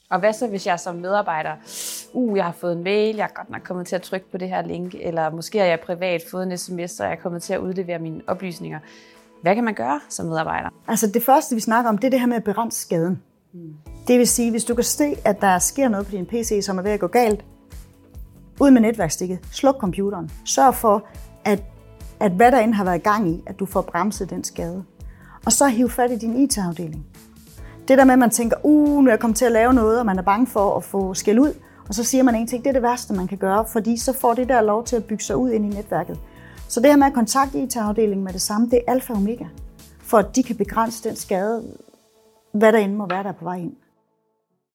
Og hvad så, hvis jeg som medarbejder, jeg har fået en mail, jeg er godt nok kommet til at trykke på det her link, eller måske har jeg privat fået en sms, og jeg er kommet til at udlevere mine oplysninger. Hvad kan man gøre som medarbejder? Altså det første, vi snakker om, det er det her med at begrænse skaden. Det vil sige, hvis du kan se, at der sker noget på din PC, som er ved at gå galt, ud med netværksstikket, sluk computeren. Sørg for, at hvad der end har været i gang i, at du får bremset den skade. Og så hiv fat i din IT-afdeling. Det der med, at man tænker, nu er jeg kommet til at lave noget, og man er bange for at få skæld ud, og så siger man ingenting, det er det værste, man kan gøre, fordi så får det der lov til at bygge sig ud ind i netværket. Så det her med at kontakte IT-afdelingen med det samme, det er alfa og omega, for at de kan begrænse den skade, hvad der end må være der på vej ind.